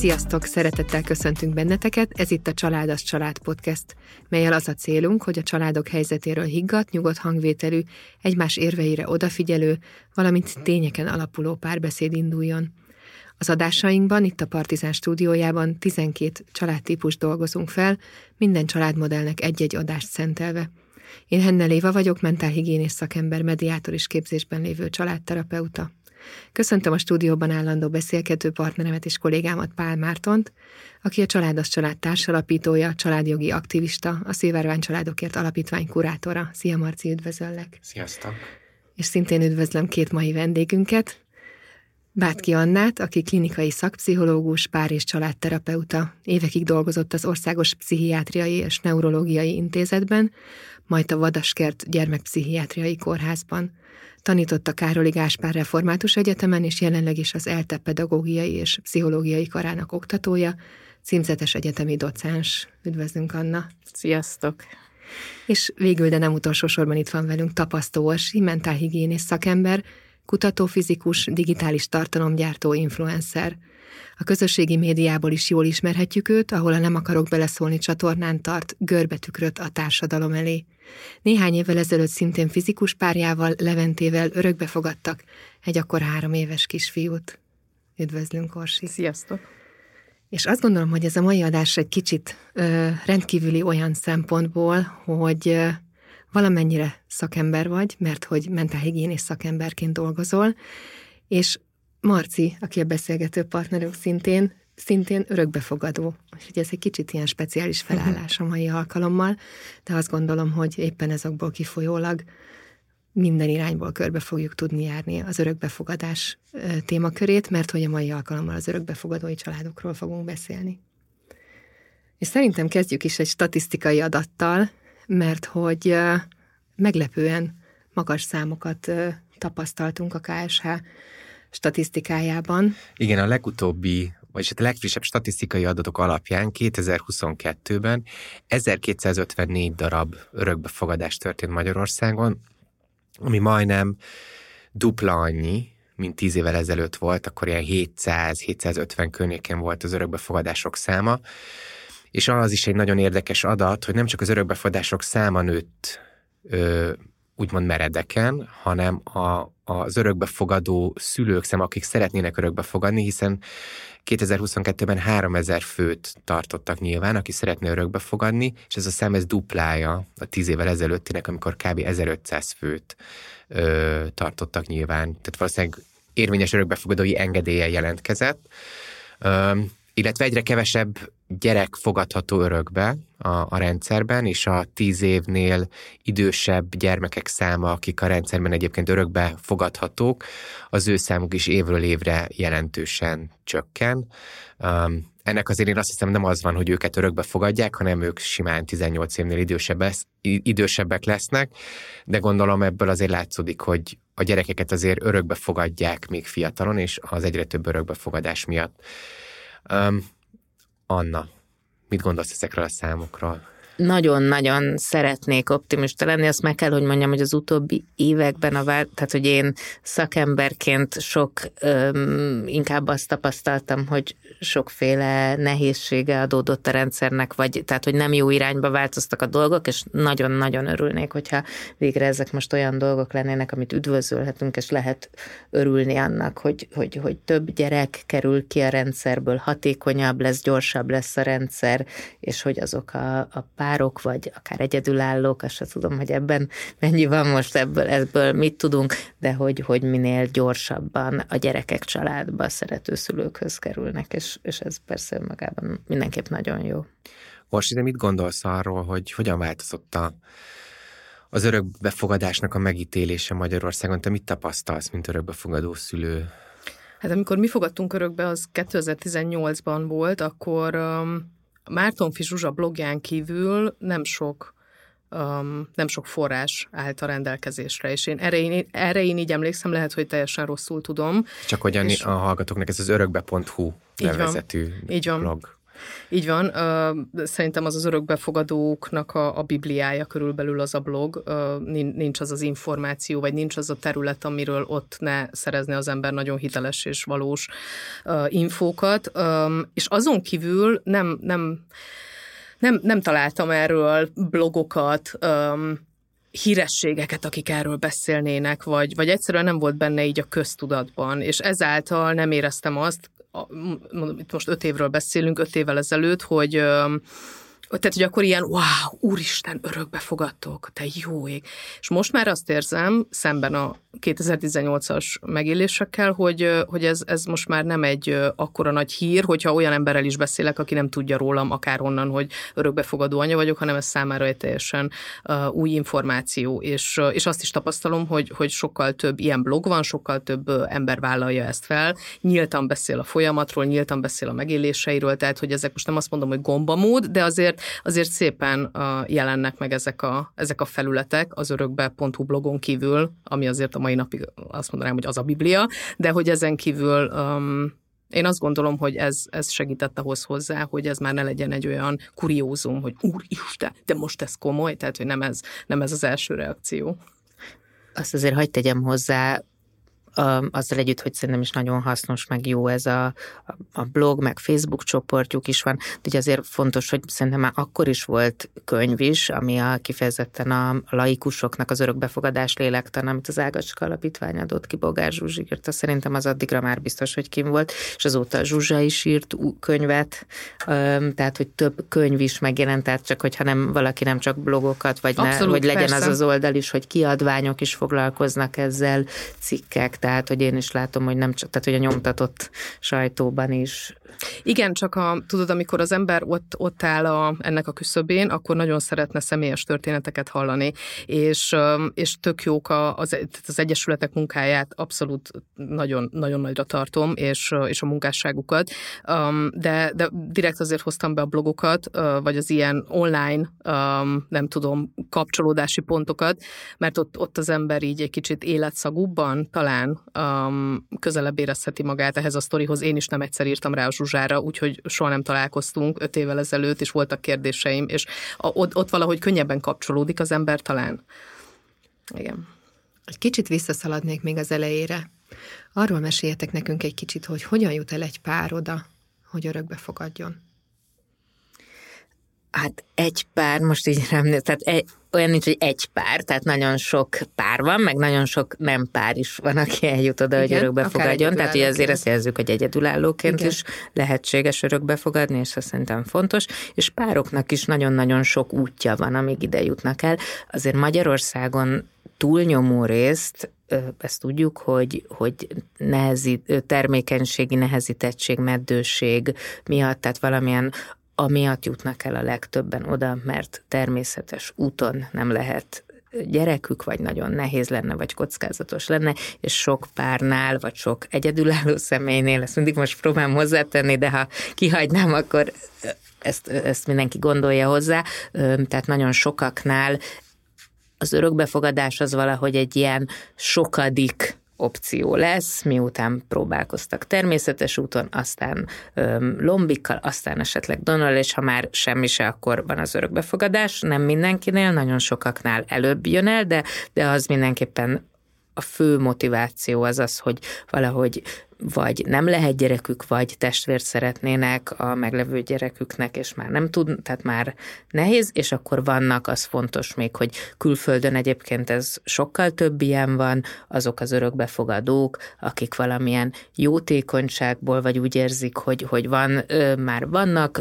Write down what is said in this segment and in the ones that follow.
Sziasztok! Szeretettel köszöntünk benneteket, ez itt a Család az Család podcast, mellyel az a célunk, hogy a családok helyzetéről higgadt, nyugodt hangvételű, egymás érveire odafigyelő, valamint tényeken alapuló párbeszéd induljon. Az adásainkban, itt a Partizán stúdiójában 12 családtípus dolgozunk fel, minden családmodellnek egy-egy adást szentelve. Én Henne Léva vagyok, mentálhigiénész szakember, mediátor és képzésben lévő családterapeuta. Köszöntöm a stúdióban állandó beszélgető partneremet és kollégámat, Pál Mártont, aki a Család az Család társalapítója, családjogi aktivista, a Szilvárvány Családokért Alapítvány kurátora. Szia Marci, üdvözöllek! Sziasztok! És szintén üdvözlöm két mai vendégünket, Bátki Annát, aki klinikai szakpszichológus, pár- és családterapeuta, évekig dolgozott az Országos Pszichiátriai és Neurológiai Intézetben, majd a Vadaskert Gyermekpszichiátriai Kórházban. Tanított a Károli Gáspár Református Egyetemen, és jelenleg is az ELTE pedagógiai és pszichológiai karának oktatója, címzetes egyetemi docens. Üdvözlünk, Anna! Sziasztok! És végül, de nem utolsó sorban itt van velünk Tapasztó Orsi, mentálhigiénész szakember, kutatófizikus, digitális tartalomgyártó, influencer. A közösségi médiából is jól ismerhetjük őt, ahol a Nem akarok beleszólni csatornán tart görbetükröt a társadalom elé. Néhány évvel ezelőtt szintén fizikus párjával, Leventével örökbe fogadtak egy akkor 3 éves kisfiút. Üdvözlünk, Orsi! Sziasztok! És azt gondolom, hogy ez a mai adás egy kicsit rendkívüli olyan szempontból, hogy valamennyire szakember vagy, mert hogy mentálhigiénész szakemberként dolgozol, és Marci, aki a beszélgető partnerünk szintén örökbefogadó. Úgyhogy ez egy kicsit ilyen speciális felállás a mai alkalommal, de azt gondolom, hogy éppen ezokból kifolyólag minden irányból körbe fogjuk tudni járni az örökbefogadás témakörét, mert hogy a mai alkalommal az örökbefogadói családokról fogunk beszélni. És szerintem kezdjük is egy statisztikai adattal, mert hogy meglepően magas számokat tapasztaltunk a KSH statisztikájában. Igen, a legutóbbi, vagyis a legfrissebb statisztikai adatok alapján 2022-ben 1254 darab örökbefogadás történt Magyarországon, ami majdnem dupla annyi, mint 10 évvel ezelőtt volt, akkor ilyen 700-750 környéken volt az örökbefogadások száma. És az is egy nagyon érdekes adat, hogy nem csak az örökbefogadások száma nőtt úgymond meredeken, hanem az örökbefogadó szülők száma, akik szeretnének örökbefogadni, hiszen 2022-ben 3000 főt tartottak nyilván, aki szeretné örökbefogadni, és ez a szám ez duplája a 10 évvel ezelőttinek, amikor kb. 1500 főt tartottak nyilván. Tehát valószínűleg érvényes örökbefogadói engedéllyel jelentkezett. Illetve egyre kevesebb gyerek fogadható örökbe a rendszerben, és a 10 évnél idősebb gyermekek száma, akik a rendszerben egyébként örökbe fogadhatók, az ő számuk is évről évre jelentősen csökken. Ennek azért én azt hiszem nem az van, hogy őket örökbe fogadják, hanem ők simán 18 évnél idősebbek lesznek, de gondolom ebből azért látszódik, hogy a gyerekeket azért örökbe fogadják még fiatalon, és az egyre több örökbefogadás miatt. Anna, mit gondolsz ezekről a számokról? Nagyon-nagyon szeretnék optimista lenni, azt meg kell, hogy mondjam, hogy az utóbbi években, tehát hogy én szakemberként inkább azt tapasztaltam, hogy sokféle nehézsége adódott a rendszernek, tehát hogy nem jó irányba változtak a dolgok, és nagyon-nagyon örülnék, hogyha végre ezek most olyan dolgok lennének, amit üdvözölhetünk, és lehet örülni annak, hogy több gyerek kerül ki a rendszerből, hatékonyabb lesz, gyorsabb lesz a rendszer, és hogy azok a párok, vagy akár egyedülállók, azt sem tudom, hogy ebben mennyi van most ebből mit tudunk, de hogy minél gyorsabban a gyerekek családba, szerető szülőkhöz kerülnek, és ez persze önmagában mindenképp nagyon jó. Orsi, de mit gondolsz arról, hogy hogyan változott az örökbefogadásnak a megítélése Magyarországon? Te mit tapasztalsz, mint örökbefogadó szülő? Hát amikor mi fogadtunk örökbe, az 2018-ban volt, akkor Mártonfi Zsuzsa blogján kívül nem sok forrás állt a rendelkezésre, és én erre így emlékszem, lehet, hogy teljesen rosszul tudom. Csak hogy a hallgatóknak ez az örökbe.hu nevezetű blog. Így van. Szerintem az örökbefogadóknak a bibliája körülbelül az a blog. Nincs az információ, vagy nincs az a terület, amiről ott ne szerezne az ember nagyon hiteles és valós infókat. És azon kívül nem találtam erről blogokat, hírességeket, akik erről beszélnének, vagy egyszerűen nem volt benne így a köztudatban, és ezáltal nem éreztem azt, itt most 5 évről beszélünk, 5 évvel ezelőtt, hogy akkor ilyen, wow, úristen, örökbefogadtok, te jó ég. És most már azt érzem, szemben a 2018-as megélésekkel, hogy ez most már nem egy akkora nagy hír, hogyha olyan emberrel is beszélek, aki nem tudja rólam akárhonnan, hogy örökbefogadó anya vagyok, hanem ez számára egy teljesen új információ. És azt is tapasztalom, hogy sokkal több ilyen blog van, sokkal több ember vállalja ezt fel, nyíltan beszél a folyamatról, nyíltan beszél a megéléseiről, tehát hogy ezek most nem azt mondom, hogy gombamód, de azért szépen jelennek meg ezek a felületek az örökbe.hu blogon kívül, ami azért a mai napig azt mondanám, hogy az a Biblia, de hogy ezen kívül én azt gondolom, hogy ez segített ahhoz hozzá, hogy ez már ne legyen egy olyan kuriózum, hogy úristen, de most ez komoly, tehát hogy nem ez az első reakció. Azt azért hadd tegyem hozzá, azzal együtt, hogy szerintem is nagyon hasznos, meg jó ez a blog, meg Facebook csoportjuk is van, de ugye azért fontos, hogy szerintem már akkor is volt könyv is, ami kifejezetten a laikusoknak az örökbefogadás lélektana, amit az Ágacska Alapítvány adott ki, Bogár Zsuzsi írta, szerintem az addigra már biztos, hogy kim volt, és azóta a Zsuzsa is írt könyvet, tehát, hogy több könyv is megjelent, tehát csak, hogyha valaki nem csak blogokat, vagy hogy legyen persze. Az oldal is, hogy kiadványok is foglalkoznak ezzel, cikkek, tehát, hogy én is látom, hogy nem csak, tehát, hogy a nyomtatott sajtóban is. Igen, csak tudod, amikor az ember ott áll ennek a küszöbén, akkor nagyon szeretne személyes történeteket hallani, és tök jók az egyesületek munkáját abszolút nagyon, nagyon nagyra tartom, és a munkásságukat, de direkt azért hoztam be a blogokat, vagy az ilyen online, nem tudom, kapcsolódási pontokat, mert ott az ember így egy kicsit életszagúbban talán közelebb érezheti magát ehhez a sztorihoz. Én is nem egyszer írtam rá a Zsuzsára, úgyhogy soha nem találkoztunk 5 évvel ezelőtt, és voltak kérdéseim, és ott valahogy könnyebben kapcsolódik az ember talán. Igen. Egy kicsit visszaszaladnék még az elejére. Arról meséljetek nekünk egy kicsit, hogy hogyan jut el egy pár oda, hogy örökbe fogadjon. Hát egy pár, most így nem, tehát olyan nincs, hogy egy pár, tehát nagyon sok pár van, meg nagyon sok nem pár is van, aki eljut oda, hogy örökbe fogadjon. Tehát ugye azért azt jelzzük, hogy egyedülállóként is lehetséges örökbe fogadni, és azt szerintem fontos, és pároknak is nagyon-nagyon sok útja van, amíg ide jutnak el. Azért Magyarországon túlnyomó részt, ezt tudjuk, hogy termékenységi nehezítettség, meddőség miatt, tehát valamilyen amiatt jutnak el a legtöbben oda, mert természetes úton nem lehet gyerekük, vagy nagyon nehéz lenne, vagy kockázatos lenne, és sok párnál, vagy sok egyedülálló személynél, ezt mindig most próbálom hozzátenni, de ha kihagynám, akkor ezt mindenki gondolja hozzá, tehát nagyon sokaknál az örökbefogadás az valahogy egy ilyen sokadik opció lesz, miután próbálkoztak természetes úton, aztán lombikkal, aztán esetleg donor, és ha már semmi se, akkor van az örökbefogadás. Nem mindenkinél, nagyon sokaknál előbb jön el, de az mindenképpen a fő motiváció az, hogy valahogy vagy nem lehet gyerekük, vagy testvért szeretnének a meglevő gyereküknek, és már nem tud, tehát már nehéz, és akkor vannak, az fontos még, hogy külföldön egyébként ez sokkal több ilyen van, azok az örökbefogadók, akik valamilyen jótékonyságból, vagy úgy érzik, hogy már vannak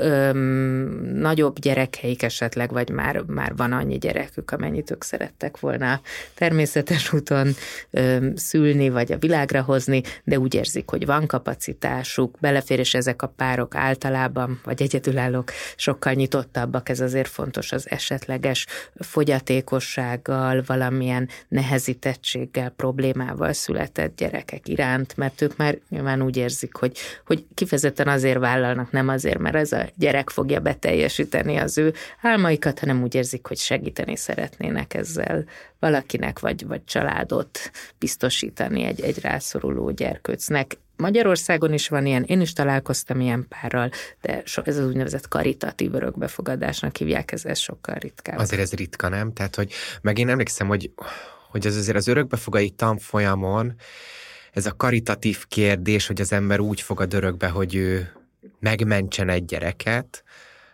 nagyobb gyerekeik esetleg, vagy már van annyi gyerekük, amennyit ők szerettek volna természetes úton szülni, vagy a világra hozni, de úgy érzik, hogy van kapacitásuk, belefér, és ezek a párok általában, vagy egyedülállók sokkal nyitottabbak, ez azért fontos az esetleges fogyatékossággal, valamilyen nehezítettséggel, problémával született gyerekek iránt, mert ők már nyilván úgy érzik, hogy kifejezetten azért vállalnak, nem azért, mert ez a gyerek fogja beteljesíteni az ő álmaikat, hanem úgy érzik, hogy segíteni szeretnének ezzel valakinek, vagy családot biztosítani egy rászoruló gyerkőcnek. Magyarországon is van ilyen, én is találkoztam ilyen párral, de ez az úgynevezett karitatív örökbefogadásnak hívják, ez sokkal ritkább. Azért ez ritka, nem? Tehát, hogy meg én emlékszem, hogy ez azért az örökbefogadói tanfolyamon ez a karitatív kérdés, hogy az ember úgy fogad örökbe, hogy ő megmentsen egy gyereket,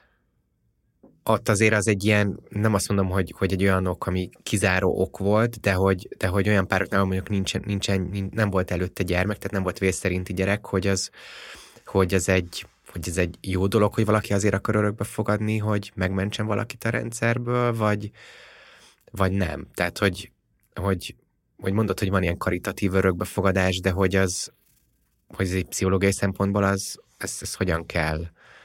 ott azért az egy ilyen, nem azt mondom, hogy egy olyan ok, ami kizáró ok volt, de hogy olyan pároknál mondjuk nem volt előtte gyermek, tehát nem volt vér szerinti gyerek, hogy ez egy jó dolog, hogy valaki azért akar örökbe fogadni, hogy megmentsen valakit a rendszerből, vagy nem. Tehát, hogy mondod, hogy van ilyen karitatív örökbefogadás, de hogy ez egy pszichológiai szempontból ez hogyan kell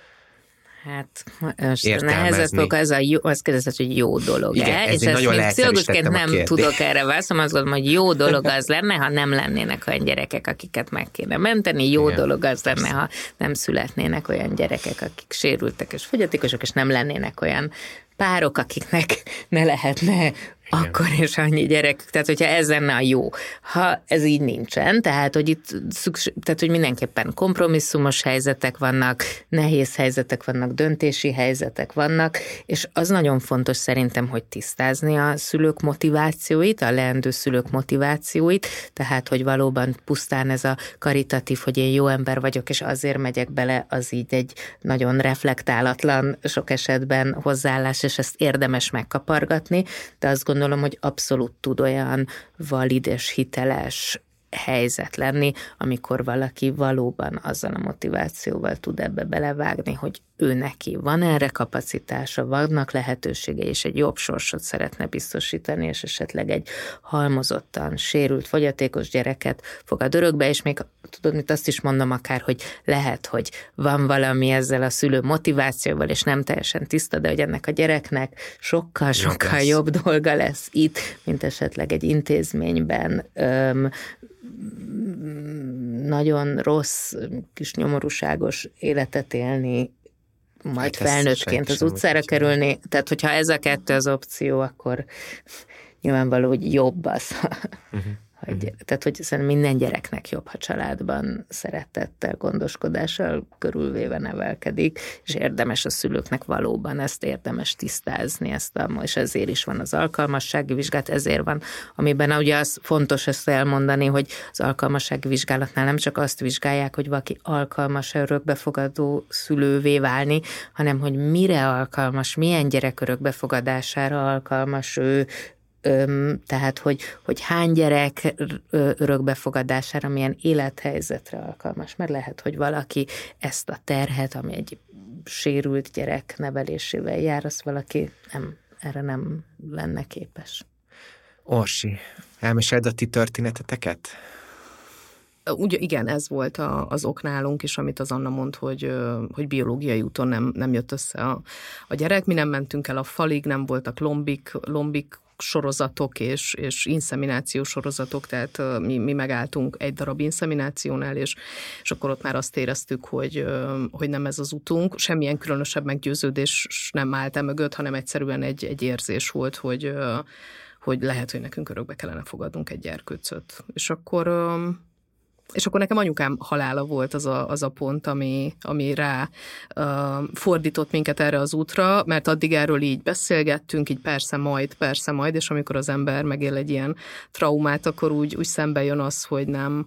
Hát, nehezebb azt kérdezett, hogy jó dolog. Igen, és ezt még pszichológusként nem tudok erre válaszolni, azt gondolom, hogy jó dolog az lenne, ha nem lennének olyan gyerekek, akiket meg kéne menteni, jó igen, dolog az lenne, ha nem születnének olyan gyerekek, akik sérültek és fogyatékosok, és nem lennének olyan párok, akiknek ne lehetne akkor és annyi gyerek, tehát hogyha ez lenne a jó. Ha ez így nincsen, tehát hogy itt tehát hogy mindenképpen kompromisszumos helyzetek vannak, nehéz helyzetek vannak, döntési helyzetek vannak, és az nagyon fontos szerintem, hogy tisztázni a szülők motivációit, a leendő szülők motivációit, tehát hogy valóban pusztán ez a karitatív, hogy én jó ember vagyok, és azért megyek bele, az így egy nagyon reflektálatlan sok esetben hozzáállás, és ezt érdemes megkapargatni, de azt gondolom, hogy abszolút tud olyan valid és hiteles helyzet lenni, amikor valaki valóban azzal a motivációval tud ebbe belevágni, hogy ő neki van erre kapacitása, vannak lehetőségei, és egy jobb sorsot szeretne biztosítani, és esetleg egy halmozottan sérült, fogyatékos gyereket fogad örökbe, és még tudod, mit azt is mondom akár, hogy lehet, hogy van valami ezzel a szülő motivációval, és nem teljesen tiszta, de hogy ennek a gyereknek sokkal jobb dolga lesz itt, mint esetleg egy intézményben nagyon rossz, kis nyomorúságos életet életet majd hát felnőttként az utcára kerülni. Tehát, hogyha ez a kettő az opció, akkor nyilvánvaló, hogy jobb az. Tehát, hogy szerintem minden gyereknek jobb, ha családban szeretettel, gondoskodással körülvéve nevelkedik, és érdemes a szülőknek valóban ezt érdemes tisztázni, és ezért is van az alkalmassági vizsgálat, ezért van, amiben ugye az fontos ezt elmondani, hogy az alkalmassági vizsgálatnál nem csak azt vizsgálják, hogy valaki alkalmas örökbefogadó szülővé válni, hanem hogy mire alkalmas, milyen gyerek örökbefogadására alkalmas ő, tehát, hogy hány gyerek örökbefogadására, milyen élethelyzetre alkalmas, mert lehet, hogy valaki ezt a terhet, ami egy sérült gyerek nevelésével jár, azt valaki erre nem lenne képes. Orsi, elmeseld a ti történeteteket? Ugye igen, ez volt az ok nálunk is, amit az Anna mond, hogy biológiai úton nem jött össze a gyerek. Mi nem mentünk el a falig, nem voltak lombik sorozatok és inszeminációs sorozatok, tehát mi megálltunk egy darab inszeminációnál, és akkor ott már azt éreztük, hogy nem ez az utunk. Semmilyen különösebb meggyőződés nem állt mögött, hanem egyszerűen egy érzés volt, hogy lehet, hogy nekünk örökbe kellene fogadnunk egy gyerkőcöt. És akkor nekem anyukám halála volt az a pont, ami rá fordított minket erre az útra, mert addig erről így beszélgettünk, így persze majd, és amikor az ember megél egy ilyen traumát, akkor úgy szembe jön az, hogy nem,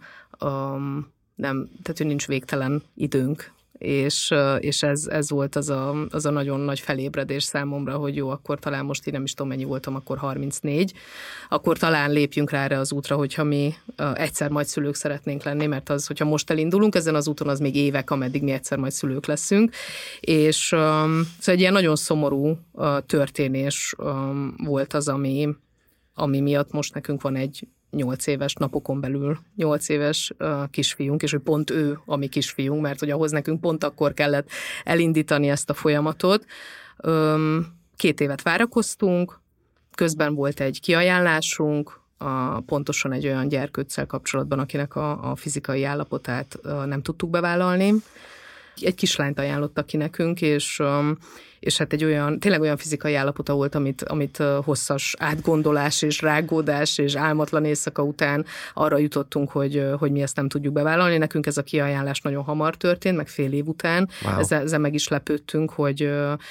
tehát hogy nincs végtelen időnk. És ez volt az a nagyon nagy felébredés számomra, hogy jó, akkor talán most én nem is tudom, mennyi voltam, akkor 34, akkor talán lépjünk rá erre az útra, hogyha mi egyszer majd szülők szeretnénk lenni, mert az, hogyha most elindulunk ezen az úton, az még évek, ameddig mi egyszer majd szülők leszünk, és szóval egy ilyen nagyon szomorú történés volt az, ami miatt most nekünk van egy 8 éves, napokon belül 8 éves kisfiunk, és hogy pont ő a mi kisfiunk, mert hogy ahhoz nekünk pont akkor kellett elindítani ezt a folyamatot. 2 évet várakoztunk, közben volt egy kiajánlásunk, pontosan egy olyan gyerkőccel kapcsolatban, akinek a fizikai állapotát nem tudtuk bevállalni. Egy kislányt ajánlottak ki nekünk, és hát tényleg olyan fizikai állapota volt, amit hosszas átgondolás és rágódás és álmatlan éjszaka után arra jutottunk, hogy mi ezt nem tudjuk bevállalni. Nekünk ez a kiajánlás nagyon hamar történt, meg fél év után. Wow. Ezzel meg is lepődtünk, hogy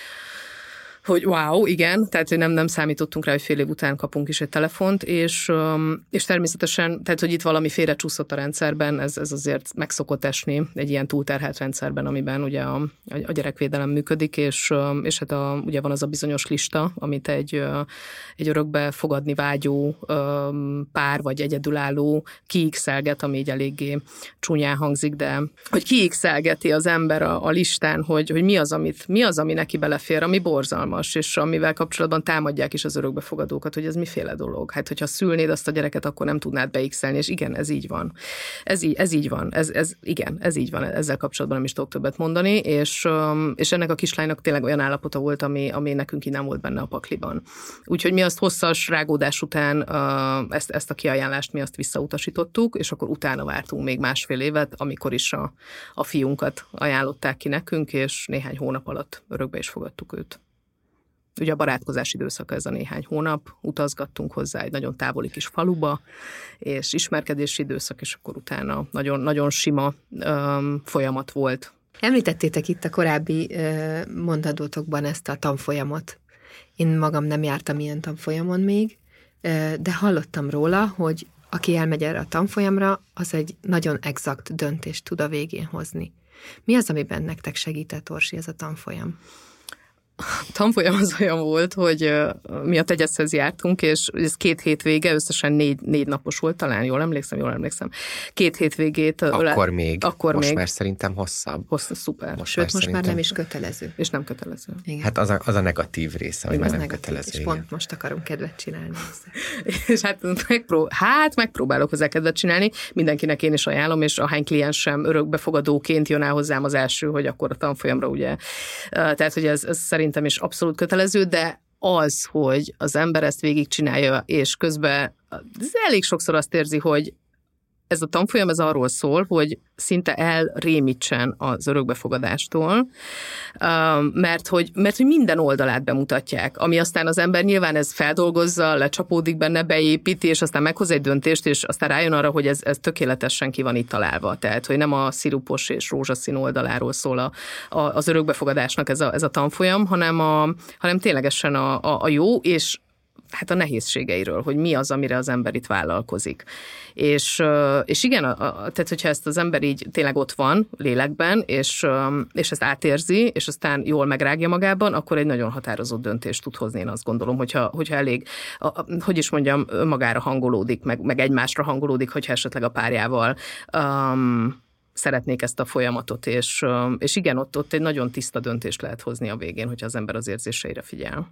wow, igen, tehát hogy nem számítottunk rá, hogy fél év után kapunk is egy telefont, és természetesen, tehát hogy itt valami félrecsúszott a rendszerben, ez azért meg szokott esni egy ilyen túlterhelt rendszerben, amiben ugye a gyerekvédelem működik, és hát ugye van az a bizonyos lista, amit egy örökbe fogadni vágyó pár vagy egyedülálló kiixelget, ami így eléggé csúnyán hangzik, de hogy kiixelgeti az ember a listán, hogy mi az, ami neki belefér, ami borzalmas, és amivel kapcsolatban támadják is az örökbefogadókat, hogy ez miféle dolog. Hát, hogyha szülnéd azt a gyereket, akkor nem tudnád beixelni, és igen, ez így van. Ez így van. Ez így van. Ezzel kapcsolatban nem is tudok többet mondani, és ennek a kislánynak tényleg olyan állapota volt, ami nekünk így nem volt benne a pakliban. Úgyhogy mi azt hosszas rágódás után ezt a kiajánlást mi azt visszautasítottuk, és akkor utána vártunk még másfél évet, amikor is a fiunkat ajánlották ki nekünk, és néhány hónap alatt örökbe is fogadtuk őt. Ugye a barátkozás időszaka ez a néhány hónap, utazgattunk hozzá egy nagyon távoli kis faluba, és ismerkedési időszak, és akkor utána nagyon, nagyon sima folyamat volt. Említettétek itt a korábbi mondatótokban ezt a tanfolyamot. Én magam nem jártam ilyen tanfolyamon még, de hallottam róla, hogy aki elmegy erre a tanfolyamra, az egy nagyon exakt döntést tud a végén hozni. Mi az, amiben nektek segített, Orsi, ez a tanfolyam? A tanfolyam az olyan volt, hogy mi a Tegyeszhez jártunk, és ez 2 hétvége, összesen 4 napos volt, talán jól emlékszem. 2 hétvégét. Akkor most már szerintem hosszabb. Szuper. Most már nem is kötelező. És nem kötelező. Igen. Hát az a negatív része, hogy már nem kötelező. És pont most akarunk kedvet csinálni. És hát megpróbálok hozzá kedvet csinálni. Mindenkinek én is ajánlom, és ahány kliensem örökbefogadóként jön el hozzám az első, hogy akkor a tanfolyamra ugye. Tehát, hogy ez szerintem is abszolút kötelező, de az, hogy az ember ezt végigcsinálja, és közben elég sokszor azt érzi, hogy ez a tanfolyam ez arról szól, hogy szinte elrémítsen az örökbefogadástól, mert hogy minden oldalát bemutatják, ami aztán az ember nyilván ez feldolgozza, lecsapódik benne, beépíti, és aztán meghoz egy döntést, és aztán rájön arra, hogy ez tökéletesen ki van itt találva. Tehát, hogy nem a szirupos és rózsaszín oldaláról szól az örökbefogadásnak ez a tanfolyam, hanem ténylegesen a jó, és hát a nehézségeiről, hogy mi az, amire az ember itt vállalkozik. És igen, tehát hogyha ezt az ember így tényleg ott van, lélekben, és ezt átérzi, és aztán jól megrágja magában, akkor egy nagyon határozott döntést tud hozni, én azt gondolom, hogyha elég, hogy is mondjam, magára hangolódik, meg egymásra hangolódik, hogyha esetleg a párjával szeretnék ezt a folyamatot, és igen, ott egy nagyon tiszta döntést lehet hozni a végén, hogyha az ember az érzéseire figyel.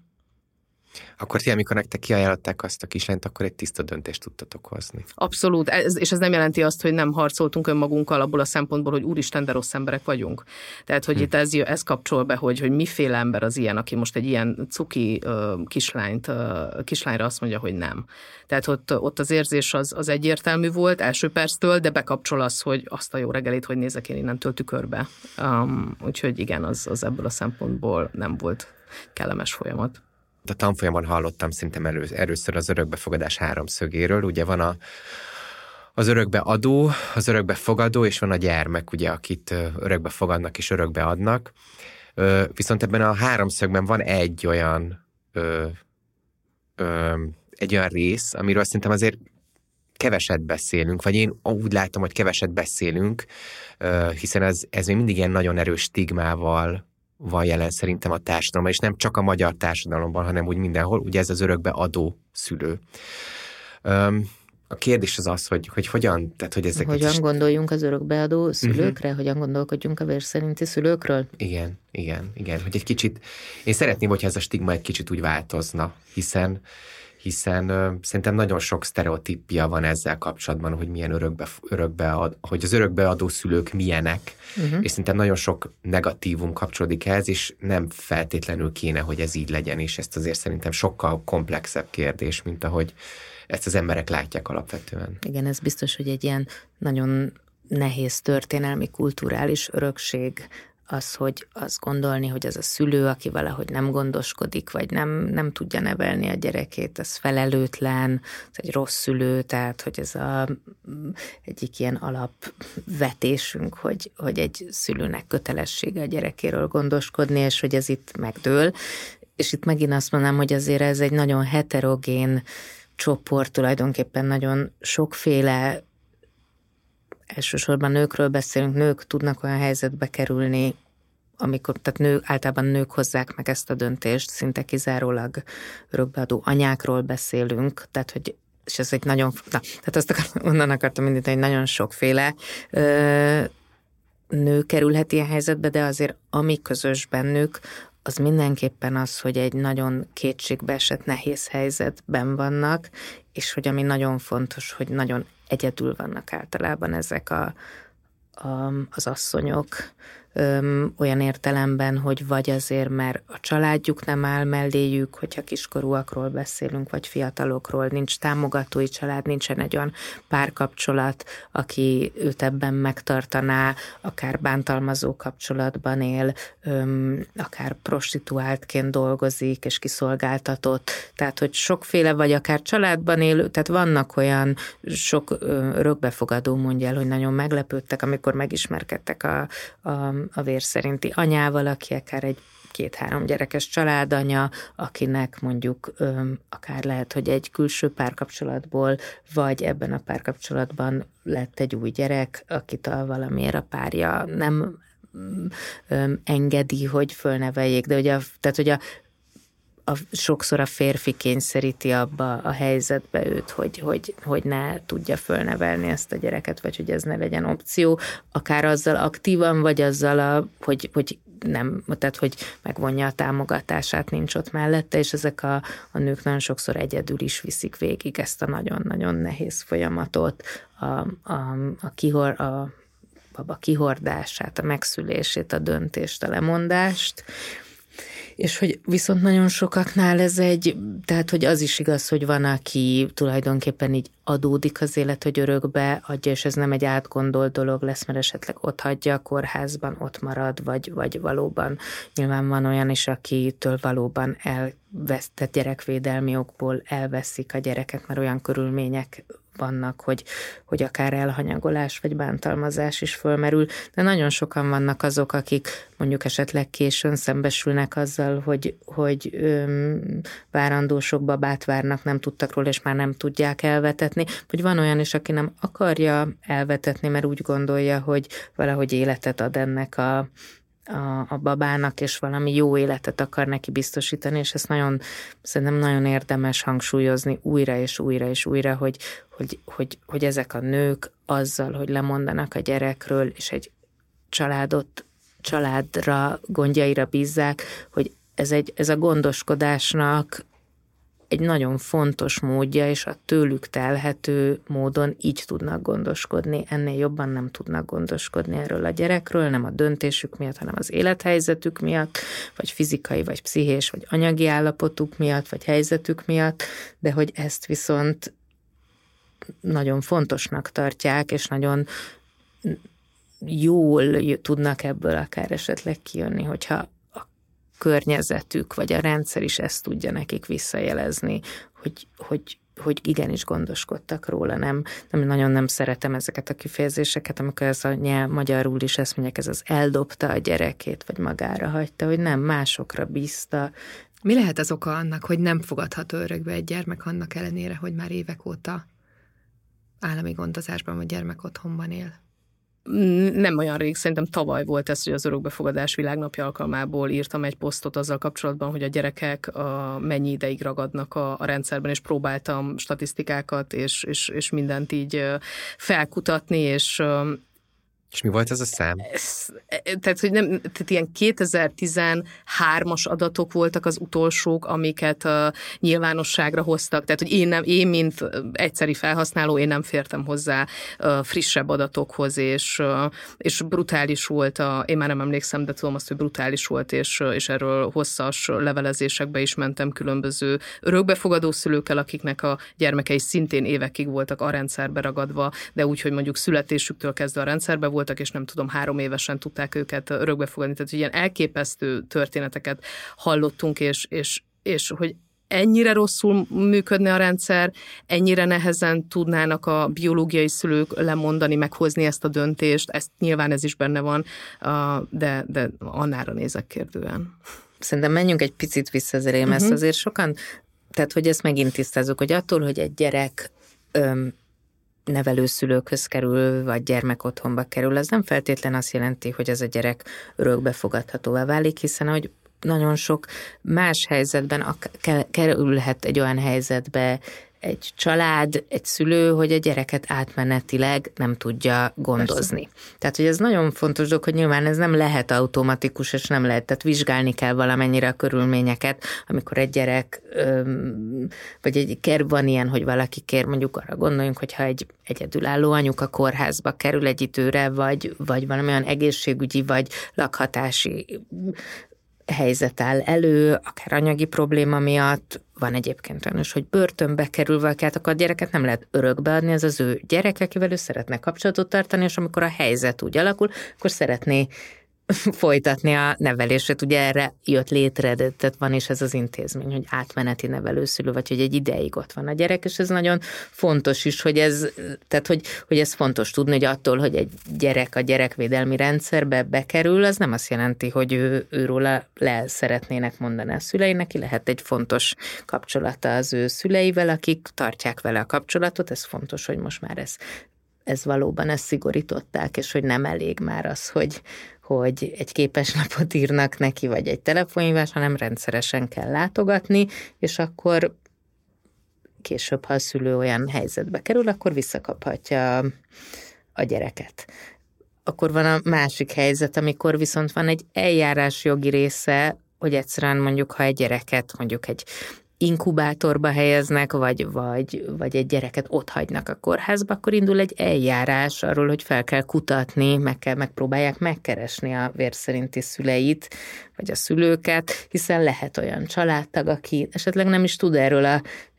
Akkor ti, amikor nektek kiajánlották azt a kislányt, akkor egy tiszta döntést tudtatok hozni. Abszolút, és ez nem jelenti azt, hogy nem harcoltunk önmagunkkal abból a szempontból, hogy úristen, de rossz emberek vagyunk. Tehát, hogy itt ez kapcsol be, hogy miféle ember az ilyen, aki most egy ilyen cuki kislányra azt mondja, hogy nem. Tehát ott az érzés az egyértelmű volt első perctől, de bekapcsol az, hogy azt a jó reggelit, hogy nézek én innentől tükörbe. Úgyhogy igen, az ebből a szempontból nem volt kellemes folyamat. A tanfolyamon hallottam szerintem először az örökbefogadás 3 szögéről. Ugye van az örökbeadó, az örökbefogadó, és van a gyermek, ugye, akit örökbefogadnak és örökbeadnak. Viszont ebben a 3 szögben van egy olyan rész, amiről szerintem azért keveset beszélünk, vagy én úgy látom, hogy keveset beszélünk, hiszen ez még mindig ilyen nagyon erős stigmával van jelen szerintem a társadalomban, és nem csak a magyar társadalomban, hanem úgy mindenhol, ugye ez az örökbeadó szülő. A kérdés az, hogy hogyan, tehát hogy ezek... Hogyan gondoljunk az örökbeadó szülőkre, hogyan gondolkodjunk a vér szerinti szülőkről? Igen, hogy egy kicsit, én szeretném, hogyha ez a stigma egy kicsit úgy változna, hiszen szerintem nagyon sok sztereotípia van ezzel kapcsolatban, hogy milyen hogy az örökbeadó szülők milyenek, és szerintem nagyon sok negatívum kapcsolódik ehhez, és nem feltétlenül kéne, hogy ez így legyen, és ezt azért szerintem sokkal komplexebb kérdés, mint ahogy ezt az emberek látják alapvetően. Igen, ez biztos, hogy egy ilyen nagyon nehéz történelmi, kulturális örökség az, hogy azt gondolni, hogy az a szülő, aki valahogy nem gondoskodik, vagy nem tudja nevelni a gyerekét, az felelőtlen, az egy rossz szülő, tehát hogy ez egyik ilyen alapvetésünk, hogy egy szülőnek kötelessége a gyerekéről gondoskodni, és hogy ez itt megdől. És itt megint azt mondanám, hogy azért ez egy nagyon heterogén csoport, tulajdonképpen nagyon sokféle, elsősorban nőkről beszélünk, nők tudnak olyan helyzetbe kerülni, amikor, tehát általában nők hozzák meg ezt a döntést, szinte kizárólag örökbeadó anyákról beszélünk, tehát hogy, és ez egy nagyon, tehát onnan akartam indítani, hogy nagyon sokféle nő kerülhet ilyen helyzetbe, de azért ami közös bennük, az mindenképpen az, hogy egy nagyon kétségbeesett, nehéz helyzetben vannak, és hogy ami nagyon fontos, hogy nagyon egyedül vannak általában ezek az asszonyok, olyan értelemben, hogy vagy azért, mert a családjuk nem áll melléjük, hogyha kiskorúakról beszélünk, vagy fiatalokról, nincs támogatói család, nincsen egy olyan párkapcsolat, aki őt ebben megtartaná, akár bántalmazó kapcsolatban él, akár prostituáltként dolgozik, és kiszolgáltatott, tehát, hogy sokféle, vagy akár családban élő, tehát vannak olyan sok örökbefogadó, mondja el, hogy nagyon meglepődtek, amikor megismerkedtek a vér szerinti anyával, aki akár egy 2-3 gyerekes családanya, akinek mondjuk akár lehet, hogy egy külső párkapcsolatból, vagy ebben a párkapcsolatban lett egy új gyerek, akit valamiért a párja nem engedi, hogy fölneveljék, de ugye, tehát, hogy sokszor a férfi kényszeríti abba a helyzetbe őt, hogy ne tudja fölnevelni ezt a gyereket, vagy hogy ez ne legyen opció, akár azzal aktívan, vagy azzal, hogy nem, tehát hogy megvonja a támogatását, nincs ott mellette, és ezek a nők nagyon sokszor egyedül is viszik végig ezt a nagyon-nagyon nehéz folyamatot, a baba kihordását, a megszülését, a döntést, a lemondást, és hogy viszont nagyon sokaknál tehát hogy az is igaz, hogy van, aki tulajdonképpen így adódik az élet, hogy örökbe adja, és ez nem egy átgondolt dolog lesz, mert esetleg ott hagyja a kórházban, ott marad, vagy valóban nyilván van olyan is, akitől valóban elvesztett gyerekvédelmi okból elveszik a gyereket, mert olyan körülmények vannak, hogy akár elhanyagolás vagy bántalmazás is fölmerül, de nagyon sokan vannak azok, akik mondjuk esetleg későn szembesülnek azzal, hogy várandó sok babát várnak, nem tudtak róla, és már nem tudják elvetetni, vagy van olyan is, aki nem akarja elvetetni, mert úgy gondolja, hogy valahogy életet ad ennek a babának, és valami jó életet akar neki biztosítani, és ezt szerintem nagyon érdemes hangsúlyozni újra és újra és újra, hogy ezek a nők azzal, hogy lemondanak a gyerekről, és egy családra, gondjaira bízzák, hogy ez a gondoskodásnak egy nagyon fontos módja, és a tőlük telhető módon így tudnak gondoskodni. Ennél jobban nem tudnak gondoskodni erről a gyerekről, nem a döntésük miatt, hanem az élethelyzetük miatt, vagy fizikai, vagy pszichés, vagy anyagi állapotuk miatt, vagy helyzetük miatt, de hogy ezt viszont nagyon fontosnak tartják, és nagyon jól tudnak ebből akár esetleg kijönni, hogyha környezetük, vagy a rendszer is ezt tudja nekik visszajelezni, hogy igenis gondoskodtak róla. Nem nagyon nem szeretem ezeket a kifejezéseket, amikor ez magyarul is ezt mondják, ez az eldobta a gyerekét, vagy magára hagyta, hogy nem, másokra bízta. Mi lehet az oka annak, hogy nem fogadható örökbe egy gyermek annak ellenére, hogy már évek óta állami gondozásban vagy gyermekotthonban él? Nem olyan rég, szerintem tavaly volt ez, hogy az Örökbefogadás Világnapja alkalmából írtam egy posztot azzal kapcsolatban, hogy a gyerekek mennyi ideig ragadnak a rendszerben, és próbáltam statisztikákat és mindent így felkutatni, és mi volt ez a szám? Tehát ilyen 2013-as adatok voltak az utolsók, amiket nyilvánosságra hoztak. Tehát, hogy én mint egyszeri felhasználó, én nem fértem hozzá frissebb adatokhoz, és brutális volt, én már nem emlékszem, de tudom azt, hogy brutális volt, és erről hosszas levelezésekbe is mentem különböző örökbefogadó szülőkkel, akiknek a gyermekei szintén évekig voltak a rendszerbe ragadva, de úgy, hogy mondjuk születésüktől kezdve a rendszerbe volt, voltak, és nem tudom, 3 évesen tudták őket örökbe fogadni. Tehát ilyen elképesztő történeteket hallottunk, és hogy ennyire rosszul működne a rendszer, ennyire nehezen tudnának a biológiai szülők lemondani, meghozni ezt a döntést, nyilván ez is benne van, de annára nézek kérdően. Szerintem menjünk egy picit vissza az elém, ezt azért sokan, tehát hogy ezt megint tisztázzuk, hogy attól, hogy egy gyerek nevelőszülőkhöz kerül, vagy gyermekotthonba kerül, az nem feltétlen azt jelenti, hogy ez a gyerek örökbefogadhatóvá válik, hiszen hogy nagyon sok más helyzetben kerülhet egy olyan helyzetbe egy család, egy szülő, hogy a gyereket átmenetileg nem tudja gondozni. Persze. Tehát, hogy ez nagyon fontos dolog, hogy nyilván ez nem lehet automatikus, és nem lehet, tehát vizsgálni kell valamennyire a körülményeket, amikor egy gyerek, vagy van ilyen, hogy valaki kér, mondjuk arra gondoljunk, hogyha egy egyedülálló anyuka kórházba kerül egy időre, vagy valamilyen egészségügyi, vagy lakhatási helyzet áll elő, akár anyagi probléma miatt, van egyébként olyan is, hogy börtönbe kerül valaki, akkor a gyereket nem lehet örökbe adni, ez az ő gyerek, akivel ő szeretne kapcsolatot tartani, és amikor a helyzet úgy alakul, akkor szeretné folytatni a nevelését. Ugye erre jött létre, tehát van is ez az intézmény, hogy átmeneti nevelőszülő, vagy hogy egy ideig ott van a gyerek, és ez nagyon fontos is, hogy ez, tehát hogy ez fontos tudni, hogy attól, hogy egy gyerek a gyerekvédelmi rendszerbe bekerül, az nem azt jelenti, hogy őróla le szeretnének mondani a szülei, neki lehet egy fontos kapcsolata az ő szüleivel, akik tartják vele a kapcsolatot, ez fontos, hogy most már ez valóban ezt szigorították, és hogy nem elég már az, hogy egy képeslapot írnak neki, vagy egy telefonhívás, hanem rendszeresen kell látogatni, és akkor később, ha a szülő olyan helyzetbe kerül, akkor visszakaphatja a gyereket. Akkor van a másik helyzet, amikor viszont van egy eljárásjogi része, hogy egyszerűen mondjuk, ha egy gyereket mondjuk egy inkubátorba helyeznek, vagy egy gyereket ott hagynak a kórházba, akkor indul egy eljárás arról, hogy fel kell kutatni, megpróbálják megkeresni a vérszerinti szüleit, vagy a szülőket, hiszen lehet olyan családtag, aki esetleg nem is tud erről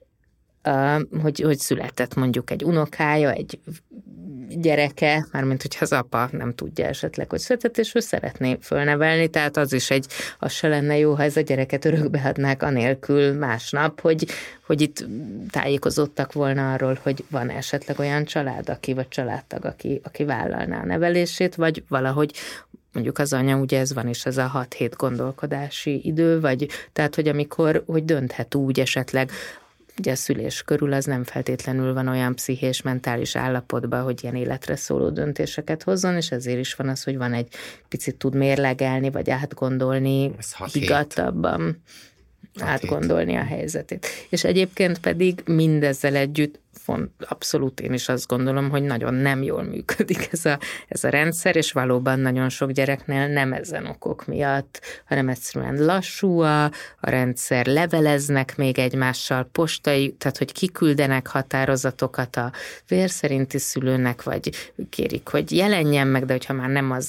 hogy született mondjuk egy unokája, egy gyereke, mármint hogyha az apa nem tudja esetleg, hogy született, és ő szeretné fölnevelni, tehát az se lenne jó, ha ez a gyereket örökbeadnák anélkül másnap, hogy itt tájékozottak volna arról, hogy van esetleg olyan család, vagy családtag, aki vállalná a nevelését, vagy valahogy mondjuk az anya, ugye ez van is, ez a 6 hét gondolkodási idő, vagy tehát, hogy amikor, hogy dönthet úgy esetleg, ugye a szülés körül az nem feltétlenül van olyan pszichés, mentális állapotban, hogy ilyen életre szóló döntéseket hozzon, és ezért is van az, hogy van egy picit tud mérlegelni, vagy átgondolni, higgadtabban átgondolni a helyzetét. És egyébként pedig mindezzel együtt abszolút én is azt gondolom, hogy nagyon nem jól működik ez a rendszer, és valóban nagyon sok gyereknél nem ezen okok miatt, hanem egyszerűen lassú a rendszer, leveleznek még egymással postai, tehát hogy kiküldenek határozatokat a vérszerinti szülőnek, vagy kérik, hogy jelenjen meg, de hogyha már nem az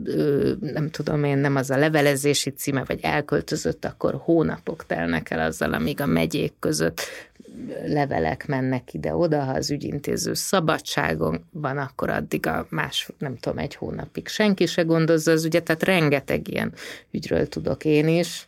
nem az a levelezési címe, vagy elköltözött, akkor hónapok telnek el azzal, amíg a megyék között levelek mennek ide-oda, ha az ügyintéző szabadságon van, akkor addig egy hónapig senki se gondozza az ügyet, tehát rengeteg ilyen ügyről tudok én is,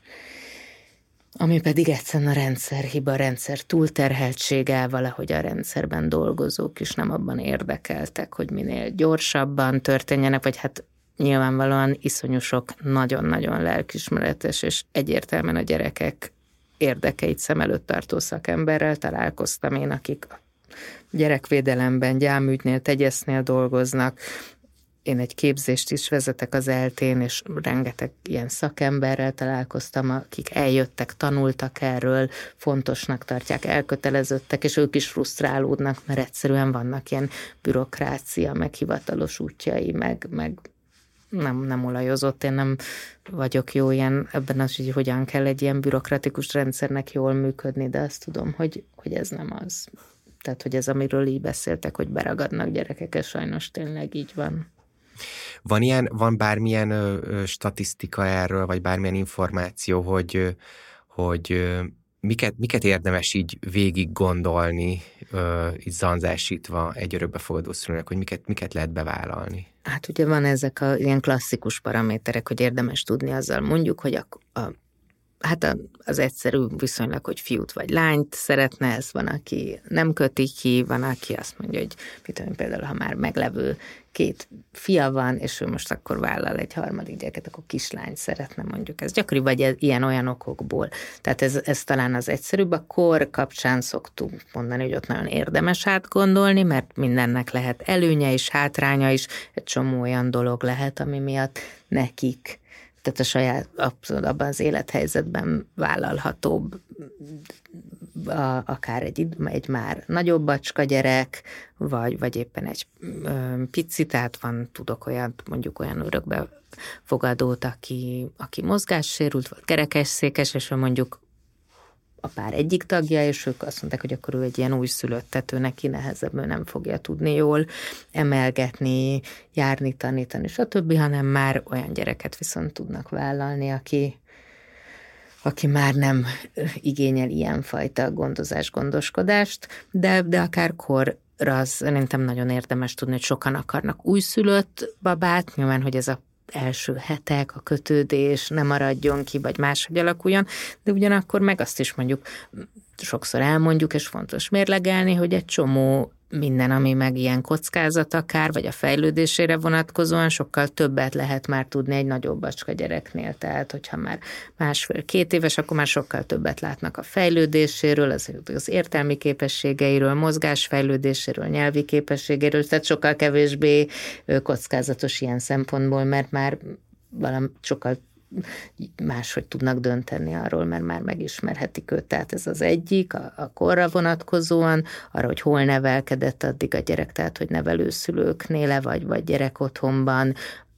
ami pedig egyszerűen a rendszerhiba, a rendszer túlterheltsége, valahogy a rendszerben dolgozók is nem abban érdekeltek, hogy minél gyorsabban történjenek, vagy hát nyilvánvalóan iszonyú sok nagyon-nagyon lelkiismeretes, és egyértelműen a gyerekek érdekeit szem előtt tartó szakemberrel találkoztam én, akik gyerekvédelemben, gyámügynél, tegyesznél dolgoznak. Én egy képzést is vezetek az ELTÉn, és rengeteg ilyen szakemberrel találkoztam, akik eljöttek, tanultak erről, fontosnak tartják, elköteleződtek, és ők is frusztrálódnak, mert egyszerűen vannak ilyen bürokrácia, meg hivatalos útjai, meg nem olajozott, én nem vagyok jó ilyen ebben az, hogy hogyan kell egy ilyen bürokratikus rendszernek jól működni, de azt tudom, hogy ez nem az. Tehát, hogy ez, amiről így beszéltek, hogy beragadnak gyerekek, ez sajnos tényleg így van. Van bármilyen statisztika erről, vagy bármilyen információ, hogy miket érdemes így végig gondolni, így zanzásítva egy örökbefogadó szülőnek, hogy miket lehet bevállalni? Hát ugye van ezek a ilyen klasszikus paraméterek, hogy érdemes tudni azzal mondjuk, hogy az egyszerű viszonylag, hogy fiút vagy lányt szeretne, ez van, aki nem köti ki, van, aki azt mondja, hogy például, ha már meglevő 2 fia van, és ő most akkor vállal egy harmadik gyereket, akkor kislányt szeretne, mondjuk. Ez gyakori, vagy ilyen-olyan okokból. Tehát ez talán az egyszerűbb. A kor kapcsán szoktunk mondani, hogy ott nagyon érdemes átgondolni, mert mindennek lehet előnye is, hátránya is, egy csomó olyan dolog lehet, ami miatt nekik, tehát a saját, abban az élethelyzetben vállalhatóbb, akár egy már nagyobb bacska gyerek, vagy éppen egy pici, tehát tudok mondjuk olyan örökbefogadót, aki mozgássérült, vagy kerekesszékes, és ő mondjuk a pár egyik tagja, és ők azt mondták, hogy akkor ő egy ilyen újszülött, tehát ő neki nehezebb, ő nem fogja tudni jól emelgetni, járni, tanítani, stb., hanem már olyan gyereket viszont tudnak vállalni, aki már nem igényel ilyenfajta gondozást, de akár korra szerintem nagyon érdemes tudni, hogy sokan akarnak újszülött babát, nyilván, hogy ez a első hetek, a kötődés ne maradjon ki, vagy máshogy alakuljon, de ugyanakkor meg azt is mondjuk, sokszor elmondjuk, és fontos mérlegelni, hogy egy csomó minden, ami meg ilyen kockázat akár, vagy a fejlődésére vonatkozóan sokkal többet lehet már tudni egy nagyobb bacska gyereknél. Tehát, hogyha már 1,5-2 éves, akkor már sokkal többet látnak a fejlődéséről, az értelmi képességeiről, mozgásfejlődéséről, nyelvi képességeiről, tehát sokkal kevésbé kockázatos ilyen szempontból, mert már valami sokkal máshogy tudnak dönteni arról, mert már megismerhetik őt. Tehát ez az egyik, a korra vonatkozóan, arra, hogy hol nevelkedett addig a gyerek, tehát hogy nevelőszülőknél, vagy gyerekotthonban,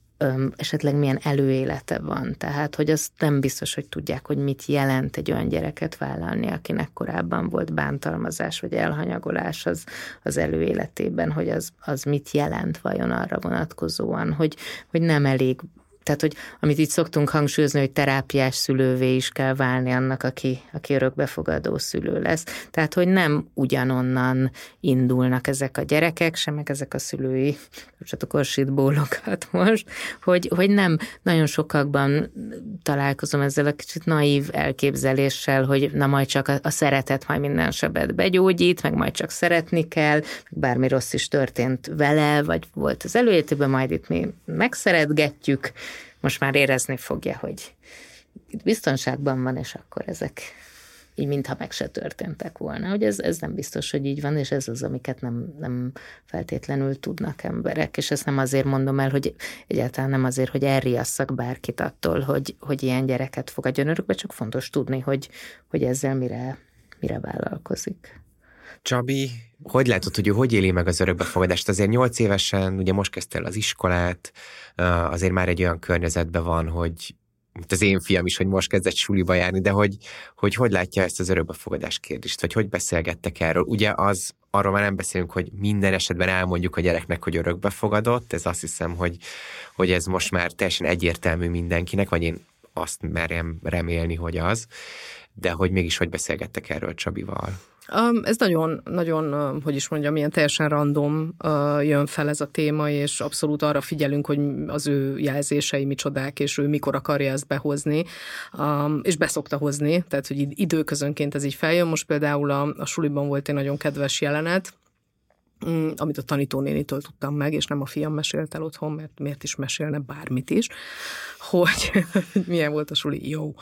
esetleg milyen előélete van. Tehát, hogy az nem biztos, hogy tudják, hogy mit jelent egy olyan gyereket vállalni, akinek korábban volt bántalmazás, vagy elhanyagolás az előéletében, hogy az mit jelent vajon arra vonatkozóan, hogy nem elég. Tehát, hogy amit itt szoktunk hangsúlyozni, hogy terápiás szülővé is kell válni annak, aki örökbefogadó szülő lesz. Tehát, hogy nem ugyanonnan indulnak ezek a gyerekek, sem meg ezek a szülői, kapcsolatok orsít bólogat most, hogy nem nagyon sokakban találkozom ezzel a kicsit naív elképzeléssel, hogy na majd csak a szeretet majd minden sebet begyógyít, meg majd csak szeretni kell, bármi rossz is történt vele, vagy volt az előéletében, majd itt mi megszeretgetjük, most már érezni fogja, hogy itt biztonságban van, és akkor ezek így mintha meg se történtek volna. Hogy ez nem biztos, hogy így van, és ez az, amiket nem feltétlenül tudnak emberek, és ezt nem azért mondom el, hogy egyáltalán nem azért, hogy elriasszak bárkit attól, hogy ilyen gyereket fogadjon örökbe, csak fontos tudni, hogy ezzel mire vállalkozik. Csabi, hogy látod, hogy ő hogy éli meg az örökbefogadást? Azért 8 évesen, ugye most kezdte el az iskolát, azért már egy olyan környezetben van, hogy az én fiam is, hogy most kezdett suliba járni, de hogy látja ezt az örökbefogadás kérdést, hogy beszélgettek erről? Ugye arról már nem beszélünk, hogy minden esetben elmondjuk a gyereknek, hogy örökbefogadott, ez azt hiszem, hogy ez most már teljesen egyértelmű mindenkinek, vagy én azt merjem remélni, hogy az, de hogy mégis hogy beszélgettek erről Csabival? Ez nagyon, nagyon, hogy is mondjam, ilyen teljesen random jön fel ez a téma, és abszolút arra figyelünk, hogy az ő jelzései micsodák, és ő mikor akarja ezt behozni, és beszokta hozni, tehát hogy időközönként ez így feljön. Most például a suliban volt egy nagyon kedves jelenet, amit a tanítónénitől tudtam meg, és nem a fiam mesélt el otthon, mert miért is mesélne bármit is, hogy milyen volt a suli, jó.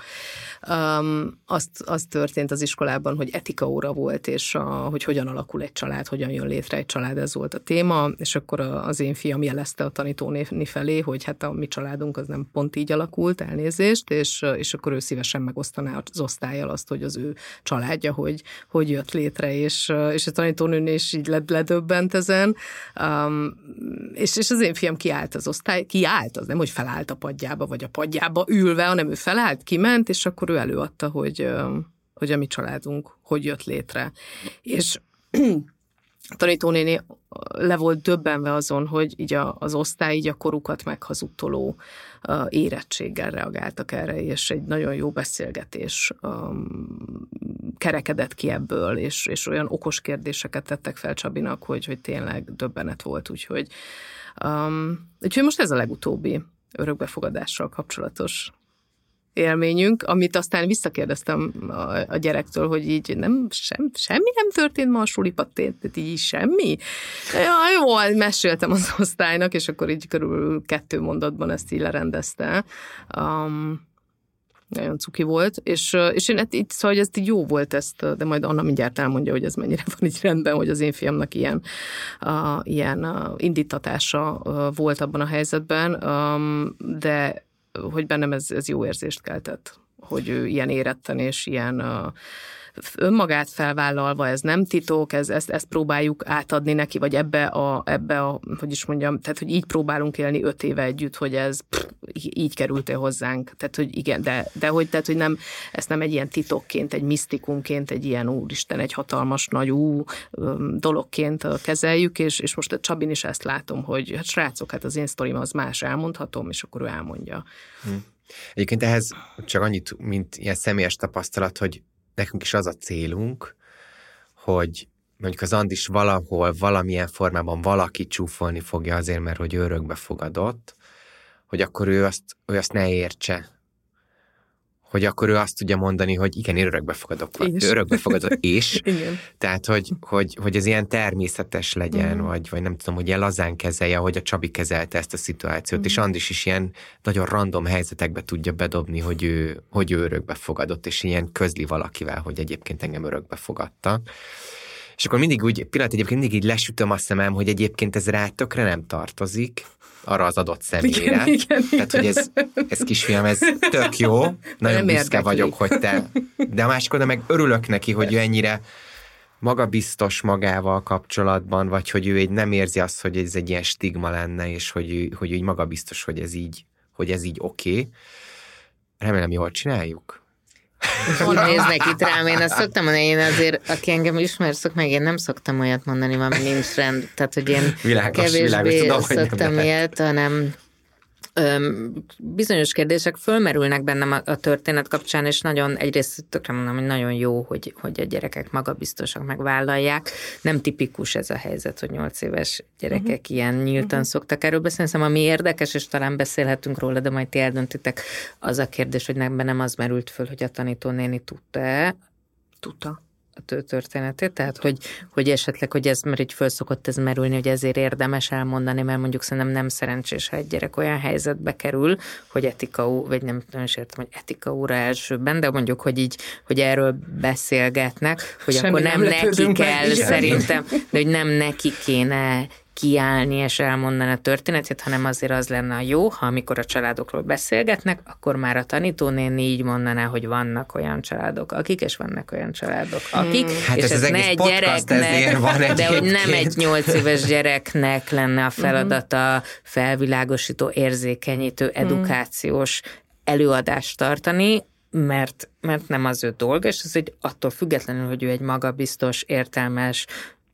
Az történt az iskolában, hogy etikaóra volt, és hogy hogyan alakul egy család, hogyan jön létre egy család, ez volt a téma, és akkor az én fiam jelezte a tanítónéni felé, hogy hát a mi családunk az nem pont így alakult, elnézést, és akkor ő szívesen megosztaná az osztállyal azt, hogy az ő családja, hogy jött létre, és a tanítónőn is így ledöbbent ezen, és az én fiam kiállt az az nem, hogy felállt a padjába, vagy a padjába ülve, hanem ő felállt, kiment, és akkor ő előadta, hogy a mi családunk hogy jött létre. És a tanítónéni le volt döbbenve azon, hogy így az osztály így a korukat meghazudtoló érettséggel reagáltak erre, és egy nagyon jó beszélgetés kerekedett ki ebből, és olyan okos kérdéseket tettek fel Csabinak, hogy tényleg döbbenet volt, úgyhogy most ez a legutóbbi örökbefogadással kapcsolatos élményünk, amit aztán visszakérdeztem a gyerektől, hogy így semmi nem történt ma a sulipattén, így semmi. Ja, jó, meséltem az osztálynak, és akkor így körülbelül 2 mondatban ezt így lerendezte. Nagyon cuki volt, és én így, szóval, hogy ez így jó volt ezt, de majd Anna mindjárt elmondja, hogy ez mennyire van így rendben, hogy az én fiamnak ilyen indítatása volt abban a helyzetben, de hogy bennem ez jó érzést keltett, hogy ő ilyen éretten és ilyen önmagát felvállalva, ez nem titok, ezt próbáljuk átadni neki, vagy ebbe a, hogy is mondjam, tehát, hogy így próbálunk élni 5 éve együtt, hogy ez így került-e hozzánk. Tehát, hogy igen, de hogy nem, ezt nem egy ilyen titokként, egy misztikumként, egy ilyen úristen, egy hatalmas nagy dologként kezeljük, és most a Csabin is ezt látom, hogy hát srácok, hát az én sztorim az más, elmondhatom, és akkor ő elmondja. Egyébként ehhez csak annyit, mint ilyen személyes tapasztalat, hogy nekünk is az a célunk, hogy mondjuk az Andis valahol, valamilyen formában valaki csúfolni fogja azért, mert hogy örökbe fogadott, hogy akkor ő azt ne értse. Hogy akkor ő azt tudja mondani, hogy igen, én örökbe fogadok, vagy örökbe fogadott és. Igen. Tehát, hogy ez ilyen természetes legyen, vagy nem tudom, hogy lazán kezelje, hogy a Csabi kezelte ezt a szituációt, és Andis is ilyen nagyon random helyzetekbe tudja bedobni, hogy ő örökbe fogadott, és ilyen közli valakivel, hogy egyébként engem örökbe fogadta. És akkor mindig úgy, egyébként mindig így lesütöm a szemem, hogy egyébként ez rá tökre nem tartozik, arra az adott személyre. Igen. Tehát, hogy ez kisfiam, ez tök jó, nagyon büszke vagyok, hogy te, de a másik oda meg örülök neki, hogy ő ennyire magabiztos magával kapcsolatban, vagy hogy ő nem érzi azt, hogy ez egy ilyen stigma lenne, és hogy ő magabiztos, hogy ez így oké. Remélem, jól csináljuk. Úgy néznek itt rám, én azt szoktam mondani, én azért, aki engem ismer, meg én nem szoktam olyat mondani, ami nincs rend, tehát, hogy én kevésbé tudom, szoktam ilyet, hanem bizonyos kérdések fölmerülnek bennem a történet kapcsán, és nagyon, egyrészt tökre mondom, hogy nagyon jó, hogy a gyerekek magabiztosak megvállalják. Nem tipikus ez a helyzet, hogy 8 éves gyerekek ilyen nyíltan szoktak erről beszélni, szóval ami érdekes, és talán beszélhetünk róla, de majd ti eldöntitek, az a kérdés, hogy bennem az merült föl, hogy a tanítónéni tudta-e? Tudta. A történetét, tehát hogy esetleg, hogy ez, mert így föl szokott ez merülni, hogy ezért érdemes elmondani, mert mondjuk szerintem nem szerencsés, ha egy gyerek olyan helyzetbe kerül, hogy vagy nem is értem, hogy etika óra elsőben, de mondjuk, hogy így, hogy erről beszélgetnek, hogy semmi akkor nem neki kell szerintem, de hogy nem neki kéne kiállni és elmondani a történetét, hanem azért az lenne a jó, ha amikor a családokról beszélgetnek, akkor már a tanítónéni így mondaná, hogy vannak olyan családok, akik, és vannak olyan családok, akik, hát és ez ne egy gyereknek, de hogy nem egy 8 éves gyereknek lenne a feladata felvilágosító, érzékenyítő, edukációs előadást tartani, mert nem az ő dolga, és ez egy attól függetlenül, hogy ő egy magabiztos, értelmes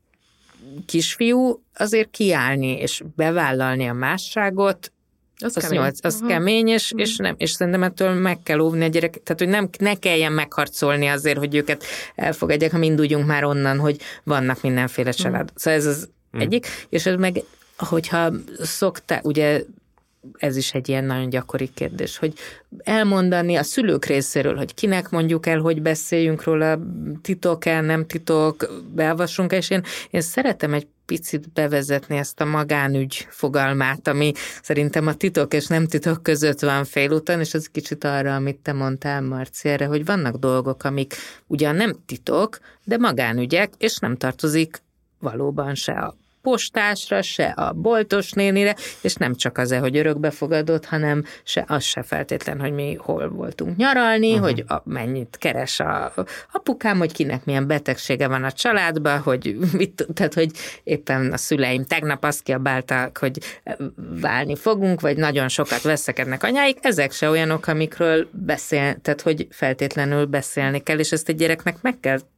kisfiú, azért kiállni és bevállalni a másságot, az kemény, és szerintem ettől meg kell óvni a gyerek, tehát hogy ne kelljen megharcolni azért, hogy őket elfogadják, ha induljuk már onnan, hogy vannak mindenféle család. Szóval ez az egyik, és ez meg, hogyha szoktál, ugye ez is egy ilyen nagyon gyakori kérdés, hogy elmondani a szülők részéről, hogy kinek mondjuk el, hogy beszéljünk róla, titok-e, nem titok, beavassunk, és én szeretem egy picit bevezetni ezt a magánügy fogalmát, ami szerintem a titok és nem titok között van félúton, és az kicsit arra, amit te mondtál, Marci, erre, hogy vannak dolgok, amik ugyan nem titok, de magánügyek, és nem tartozik valóban se a postásra, se a boltos nénire, és nem csak az, hogy örökbefogadott, hanem az se feltétlen, hogy mi hol voltunk nyaralni, hogy mennyit keres a apukám, hogy kinek milyen betegsége van a családban, hogy tehát, hogy éppen a szüleim tegnap azt kiabálták, hogy válni fogunk, vagy nagyon sokat veszekednek anyáik, ezek se olyanok, amikről tehát, hogy feltétlenül beszélni kell, és ezt egy gyereknek meg kell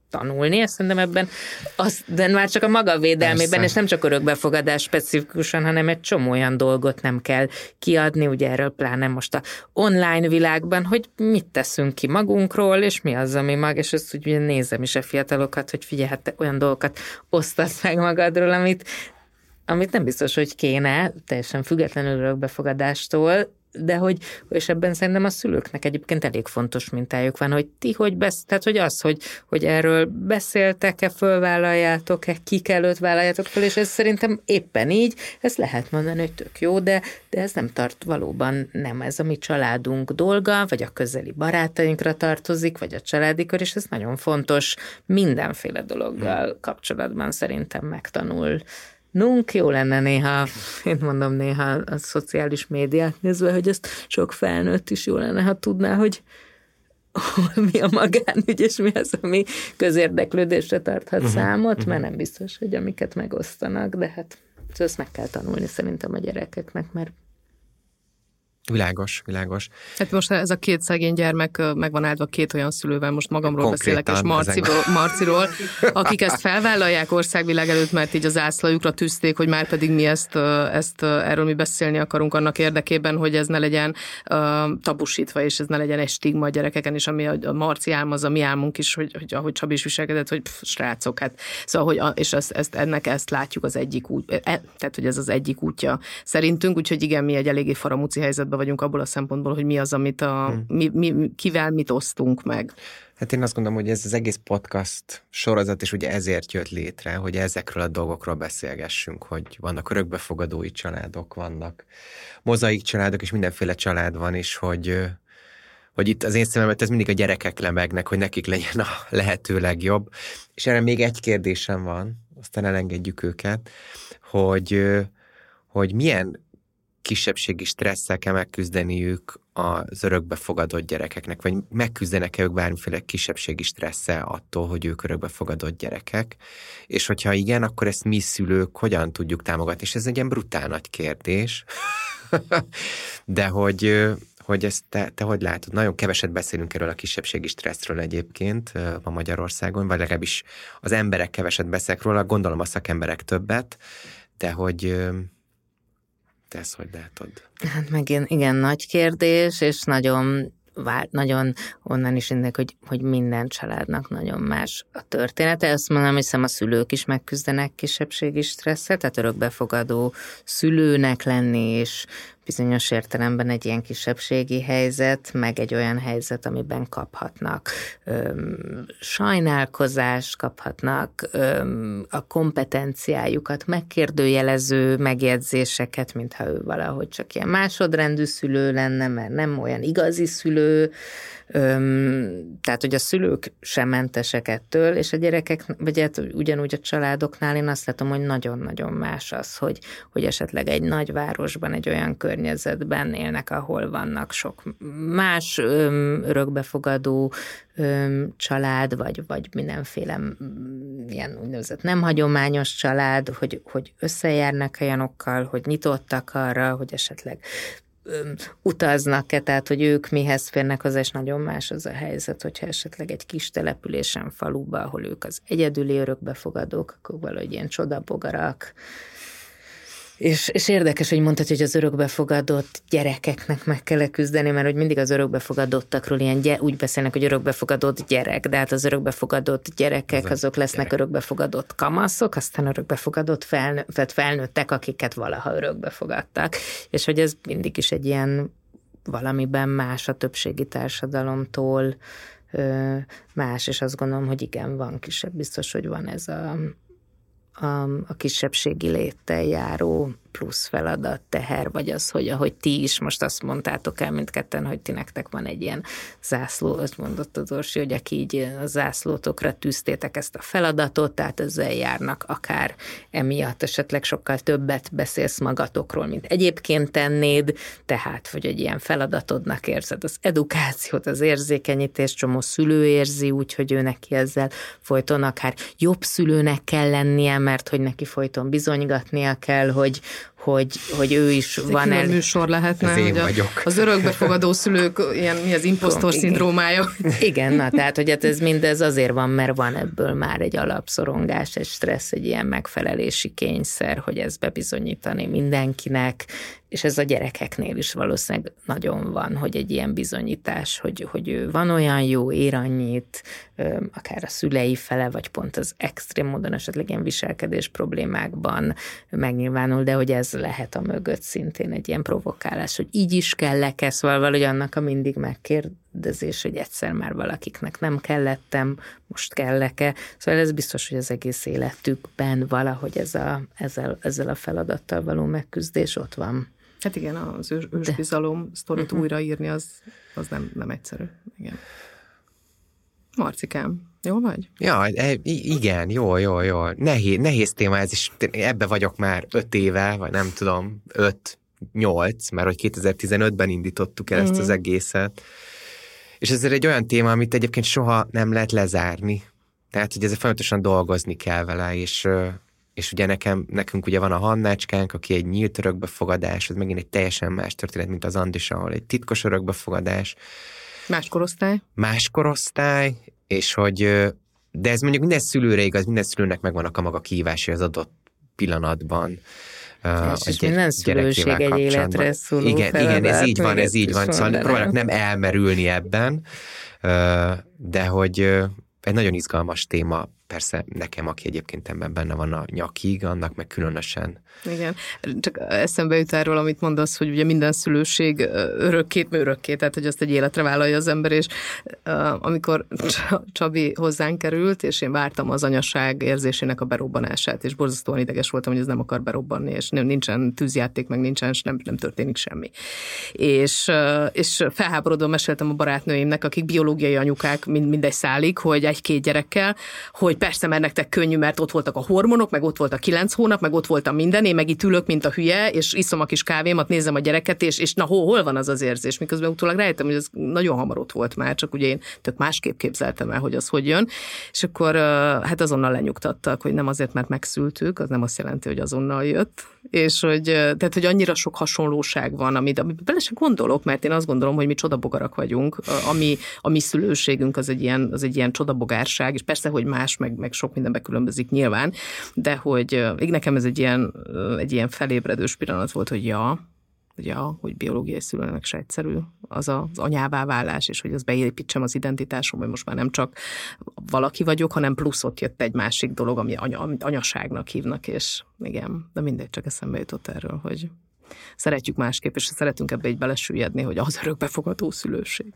tanulni, és szerintem ebben de már csak a maga védelmében, persze. és nem csak örökbefogadás specifikusan, hanem egy csomó olyan dolgot nem kell kiadni, ugye erről pláne most a online világban, hogy mit teszünk ki magunkról, és mi az, ami és ezt úgy nézem is a fiatalokat, hogy figyelj, hát te olyan dolgokat osztasz meg magadról, amit nem biztos, hogy kéne, teljesen függetlenül örökbefogadástól, de és ebben szerintem a szülőknek egyébként elég fontos mintájuk van, hogy ti tehát hogy az, hogy erről beszéltek-e, fölvállaljátok-e, kik előtt vállaljátok föl, és ez szerintem éppen így, ezt lehet mondani, hogy tök jó, de ez nem tart valóban, nem ez a mi családunk dolga, vagy a közeli barátainkra tartozik, vagy a családi kör, és ez nagyon fontos mindenféle dologgal kapcsolatban szerintem megtanul. Jó lenne néha, én mondom néha a szociális médiát nézve, hogy ezt sok felnőtt is jó lenne, ha tudná, hogy mi a magánügy, és mi az, ami közérdeklődésre tarthat számot, mert nem biztos, hogy amiket megosztanak, de hát ezt meg kell tanulni szerintem a gyerekeknek, mert Világos. Hát most ez a két szegény gyermek meg van áldva két olyan szülővel, most magamról konkrétan beszélek, és Marciról, akik ezt felvállalják országvilág előtt, mert így az zászlajukra tűzték, hogy már pedig mi erről mi beszélni akarunk annak érdekében, hogy ez ne legyen tabusítva, és ez ne legyen egy stigma a gyerekeken, és ami a Marci álma, az a mi álmunk is, hogy ahogy Csabi is viselkedett, hogy srácok, hát szóval, és ezt látjuk az egyik út, tehát hogy ez az egyik útja szerintünk, úgyhogy igen, mi egy eléggé faramúci helyzetben vagyunk abból a szempontból, hogy mi az, amit kivel mit osztunk meg. Hát én azt gondolom, hogy ez az egész podcast sorozat is ugye ezért jött létre, hogy ezekről a dolgokról beszélgessünk, hogy vannak örökbefogadói családok, vannak mozaik családok, és mindenféle család van, és hogy itt az én szememben ez mindig a gyerekek lemegnek, hogy nekik legyen a lehető legjobb. És erre még egy kérdésem van, aztán elengedjük őket, hogy milyen kisebbségi stresszel kell megküzdeniük az örökbefogadott gyerekeknek, vagy megküzdenek-e ők bármiféle kisebbségi stresszel attól, hogy ők örökbefogadott gyerekek, és hogyha igen, akkor ezt mi szülők hogyan tudjuk támogatni, és ez egy ilyen brutál nagy kérdés, de hogy ezt te hogy látod? Nagyon keveset beszélünk erről a kisebbségi stresszről egyébként a Magyarországon, vagy legalábbis az emberek keveset beszélnek róla, gondolom a szakemberek többet, de hogy te ezt hogy látod? Hát megint igen, nagy kérdés, és nagyon onnan is indul, hogy minden családnak nagyon más a története. Azt mondom, hiszem a szülők is megküzdenek kisebbségi stresszel, tehát örökbefogadó szülőnek lenni, és bizonyos értelemben egy ilyen kisebbségi helyzet, meg egy olyan helyzet, amiben kaphatnak sajnálkozást, kaphatnak a kompetenciájukat megkérdőjelező megjegyzéseket, mintha ő valahogy csak ilyen másodrendű szülő lenne, mert nem olyan igazi szülő, tehát, hogy a szülők sem mentesek ettől, és a gyerekek, vagy hát ugyanúgy a családoknál én azt látom, hogy nagyon-nagyon más az, hogy esetleg egy nagyvárosban, egy olyan környezetben élnek, ahol vannak sok más örökbefogadó család, vagy mindenféle ilyen úgynevezett nem hagyományos család, hogy összejárnak olyanokkal, hogy nyitottak arra, hogy esetleg utaznak-e, tehát hogy ők mihez férnek hozzá, és nagyon más az a helyzet, hogyha esetleg egy kis településen, faluba, ahol ők az egyedüli örökbefogadók, akkor valahogy ilyen csodabogarak. És érdekes, hogy mondtad, hogy az örökbefogadott gyerekeknek meg kell küzdeni, mert hogy mindig az örökbefogadottakról úgy beszélnek, hogy örökbefogadott gyerek, de hát az örökbefogadott gyerekek, azok lesznek örökbefogadott kamaszok, aztán örökbefogadott felnőttek, akiket valaha örökbefogadtak. És hogy ez mindig is egy ilyen valamiben más a többségi társadalomtól más, és azt gondolom, hogy igen, van kisebb, biztos, hogy van ez a kisebbségi léttel járó plusz feladat, teher, vagy az, hogy ahogy ti is most azt mondtátok el mindketten, hogy ti nektek van egy ilyen zászló, azt mondott az Orsi, hogy aki így a zászlótokra tűztétek ezt a feladatot, tehát ezzel járnak akár emiatt esetleg sokkal többet beszélsz magatokról, mint egyébként tennéd, tehát, hogy egy ilyen feladatodnak érzed az edukációt, az érzékenyítést, csomó szülő érzi úgy, hogy ő neki ezzel folyton akár jobb szülőnek kell lennie, mert hogy neki folyton bizonygatnia kell, hogy hogy ő is van el. Műsor lehetne, hogy az örökbefogadó szülők ilyen mi az imposztor szindrómája. Igen, na tehát, hogy hát ez mindez azért van, mert van ebből már egy alapszorongás, egy stressz, egy ilyen megfelelési kényszer, hogy ezt bebizonyítani mindenkinek, és ez a gyerekeknél is valószínűleg nagyon van, hogy egy ilyen bizonyítás, hogy ő van olyan jó, ér annyit, akár a szülei fele, vagy pont az extrém módon esetleg ilyen viselkedés problémákban megnyilvánul, de hogy ez lehet a mögött szintén egy ilyen provokálás, hogy így is kell-e, valahogy annak a mindig megkérdezés, hogy egyszer már valakiknek nem kellettem, most kellek-e. Szóval ez biztos, hogy az egész életükben valahogy ezzel a feladattal való megküzdés ott van. Hát igen, az ősbizalom sztorit újraírni, az nem egyszerű. Igen. Marcikám, jól vagy? Ja, igen, jó. Nehéz téma ez, és ebbe vagyok már 5 éve, vagy nem tudom, 5-8, mert hogy 2015-ben indítottuk el ezt az egészet. És ez egy olyan téma, amit egyébként soha nem lehet lezárni. Tehát, hogy ezzel folyamatosan dolgozni kell vele, és ugye nekünk ugye van a Hannácskánk, aki egy nyílt örökbefogadás, ez megint egy teljesen más történet, mint az Andis, ahol egy titkos örökbefogadás. Más korosztály, és hogy, de ez mondjuk minden szülőre igaz, minden szülőnek megvannak a maga kihívásai az adott pillanatban. És minden szülőség egy életre szóló igen, ez így van. Szóval próbálok nem elmerülni ebben, de hogy egy nagyon izgalmas téma, persze nekem, aki egyébként ebben benne van a nyakig, annak meg különösen. Igen, csak eszembe jut erről, amit mondasz, hogy ugye minden szülőség örökké, tehát hogy azt egy életre vállalja az ember, és amikor Csabi hozzánk került, és én vártam az anyaság érzésének a berobbanását, és borzasztóan ideges voltam, hogy ez nem akar berobbanni, és nincsen tűzjáték, meg nincsen, és nem történik semmi. És felháborodóan meséltem a barátnőimnek, akik biológiai anyukák, mindegy szálig, hogy 1-2 gyerekkel, hogy persze, mert nektek könnyű, mert ott voltak a hormonok, meg ott volt a 9 hónap, meg ott voltam minden, én meg itt ülök, mint a hülye, és iszom a kis kávémat, nézem a gyereket, és na hol van az érzés? Miközben utólag rájöttem, hogy ez nagyon hamar ott volt már, csak ugye én tök másképp képzeltem el, hogy az hogy jön, és akkor hát azonnal lenyugtattak, hogy nem azért, mert megszültük, az nem azt jelenti, hogy azonnal jött, és hogy annyira sok hasonlóság van, amit bele sem gondolok, mert én azt gondolom, hogy mi csodabogarak vagyunk, a mi szülőségünk az egy ilyen csodabogárság, és persze, hogy más, meg sok mindenbe különbözik nyilván, de hogy nekem ez egy ilyen felébredős pillanat volt, hogy hogy biológiai szülőnek se egyszerű az anyává válás, és hogy az beépítsem az identitásom, hogy most már nem csak valaki vagyok, hanem plusz ott jött egy másik dolog, ami anyaságnak hívnak, és igen, de mindegy, csak eszembe jutott erről, hogy szeretjük másképp, és szeretünk ebbe így belesüllyedni, hogy az örökbefogadó szülőség.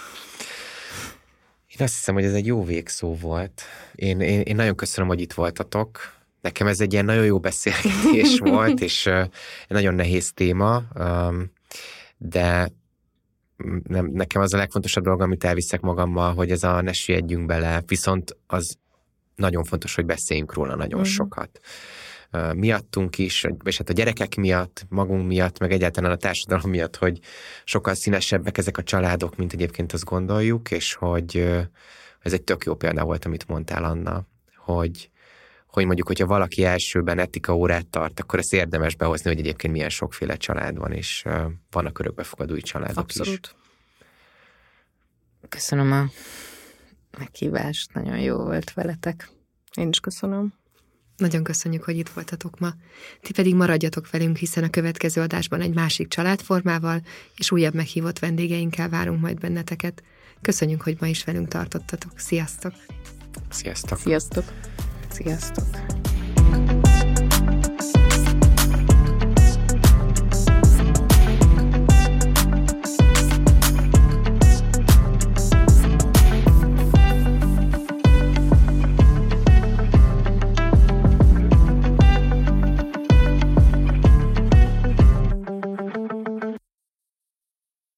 Én azt hiszem, hogy ez egy jó végszó volt. Én nagyon köszönöm, hogy itt voltatok. Nekem ez egy ilyen nagyon jó beszélgetés volt, és egy nagyon nehéz téma, de nekem az a legfontosabb dolog, amit elviszek magammal, hogy ez a ne süllyedjünk bele, viszont az nagyon fontos, hogy beszéljünk róla nagyon sokat. Miattunk is, és hát a gyerekek miatt, magunk miatt, meg egyáltalán a társadalom miatt, hogy sokkal színesebbek ezek a családok, mint egyébként azt gondoljuk, és hogy ez egy tök jó példa volt, amit mondtál, Anna, hogy mondjuk, hogyha valaki elsőben etika órát tart, akkor ezt érdemes behozni, hogy egyébként milyen sokféle család van, és vannak örökbefogadói családok Abszolút. is. Köszönöm a meghívást, nagyon jó volt veletek. Én is köszönöm. Nagyon köszönjük, hogy itt voltatok ma. Ti pedig maradjatok velünk, hiszen a következő adásban egy másik családformával és újabb meghívott vendégeinkkel várunk majd benneteket. Köszönjük, hogy ma is velünk tartottatok. Sziasztok! Sziasztok! Sziasztok! Sziasztok!